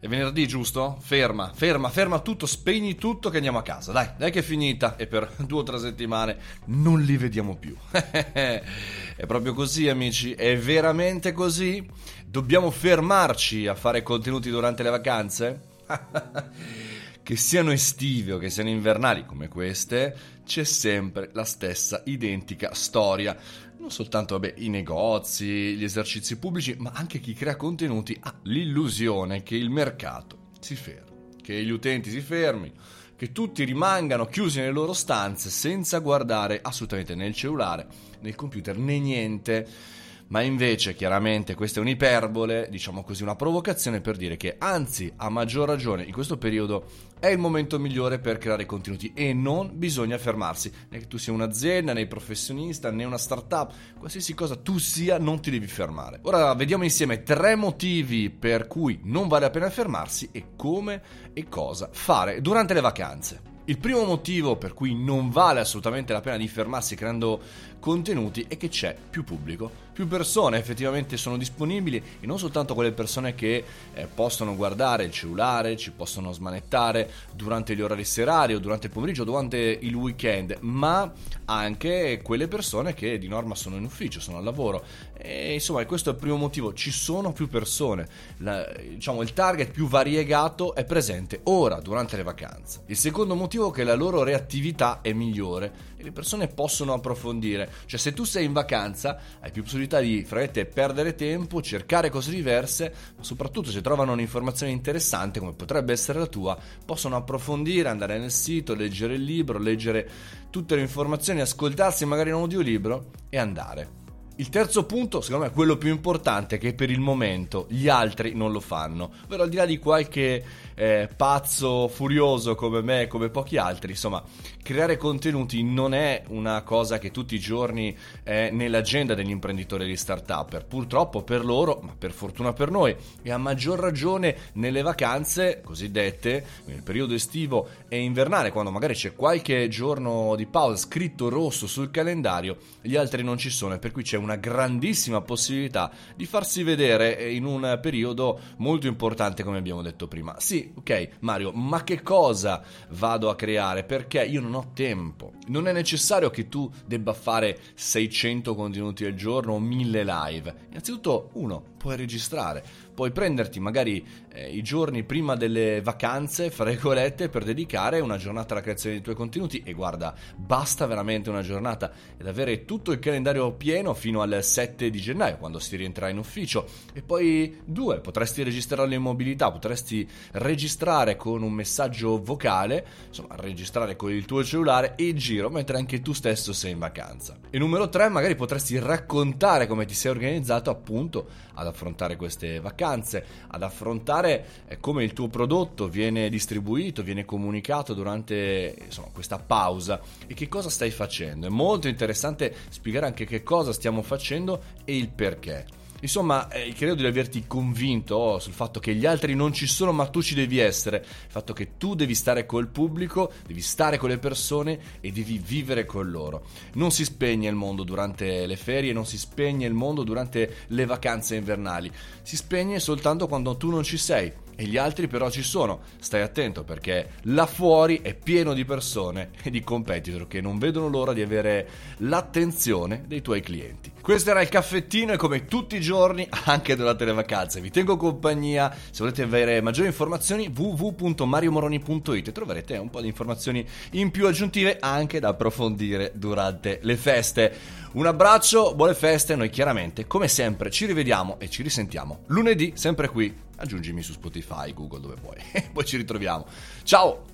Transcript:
È venerdì, giusto? Ferma tutto, spegni tutto che andiamo a casa. Dai che è finita e per 2 o 3 settimane non li vediamo più. È proprio così, amici, è veramente così? Dobbiamo fermarci a fare contenuti durante le vacanze? Che siano estive o che siano invernali come queste, c'è sempre la stessa identica storia. Non soltanto i negozi, gli esercizi pubblici, ma anche chi crea contenuti ha l'illusione che il mercato si fermi, che gli utenti si fermino, che tutti rimangano chiusi nelle loro stanze senza guardare assolutamente né il cellulare, né il computer, né niente. Ma invece, chiaramente, questa è un'iperbole, diciamo così, una provocazione per dire che, anzi, a maggior ragione, in questo periodo è il momento migliore per creare contenuti e non bisogna fermarsi. Né che tu sia un'azienda, né professionista, né una startup, qualsiasi cosa tu sia, non ti devi fermare. Ora vediamo insieme 3 motivi per cui non vale la pena fermarsi e come e cosa fare durante le vacanze. Il primo motivo per cui non vale assolutamente la pena di fermarsi creando contenuti è che c'è più pubblico, più persone effettivamente sono disponibili e non soltanto quelle persone che possono guardare il cellulare, ci possono smanettare durante gli orari serali o durante il pomeriggio, durante il weekend, ma anche quelle persone che di norma sono in ufficio, sono al lavoro e insomma questo è il primo motivo, ci sono più persone, il target più variegato è presente ora durante le vacanze. Il secondo motivo è che la loro reattività è migliore e le persone possono approfondire, cioè se tu sei in vacanza hai più possibilità di perdere tempo, cercare cose diverse, ma soprattutto se trovano un'informazione interessante come potrebbe essere la tua, possono approfondire, andare nel sito, leggere il libro, leggere tutte le informazioni, ascoltarsi magari un audiolibro e andare. Il terzo punto, secondo me, è quello più importante, che per il momento gli altri non lo fanno, ovvero al di là di qualche pazzo furioso come me, come pochi altri, insomma, creare contenuti non è una cosa che tutti i giorni è nell'agenda degli imprenditori e degli start-upper, purtroppo per loro, ma per fortuna per noi, e a maggior ragione nelle vacanze cosiddette, nel periodo estivo e invernale, quando magari c'è qualche giorno di pausa scritto rosso sul calendario, gli altri non ci sono e per cui c'è una grandissima possibilità di farsi vedere in un periodo molto importante, come abbiamo detto prima. Sì, ok, Mario, ma che cosa vado a creare? Perché io non ho tempo. Non è necessario che tu debba fare 600 contenuti al giorno o 1000 live. Innanzitutto, puoi registrare, puoi prenderti magari i giorni prima delle vacanze, fra virgolette, per dedicare una giornata alla creazione dei tuoi contenuti e guarda, basta veramente una giornata ed avere tutto il calendario pieno fino al 7 di gennaio, quando si rientrerà in ufficio, e poi potresti registrarlo in mobilità, potresti registrare con un messaggio vocale, insomma registrare con il tuo cellulare e giro mentre anche tu stesso sei in vacanza. E numero 3, magari potresti raccontare come ti sei organizzato appunto ad affrontare queste vacanze, ad affrontare come il tuo prodotto viene distribuito, viene comunicato durante questa pausa e che cosa stai facendo. È molto interessante spiegare anche che cosa stiamo facendo e il perché. Insomma, credo di averti convinto sul fatto che gli altri non ci sono ma tu ci devi essere, il fatto che tu devi stare col pubblico, devi stare con le persone e devi vivere con loro. Non si spegne il mondo durante le ferie, non si spegne il mondo durante le vacanze invernali, si spegne soltanto quando tu non ci sei. E gli altri però ci sono, stai attento perché là fuori è pieno di persone e di competitor che non vedono l'ora di avere l'attenzione dei tuoi clienti. Questo era il caffettino e come tutti i giorni anche durante le vacanze vi tengo compagnia. Se volete avere maggiori informazioni www.mariomoroni.it, troverete un po' di informazioni in più aggiuntive anche da approfondire durante le feste. Un abbraccio, buone feste, noi chiaramente come sempre ci rivediamo e ci risentiamo lunedì sempre qui. Aggiungimi su Spotify, Google, dove vuoi. E poi ci ritroviamo. Ciao!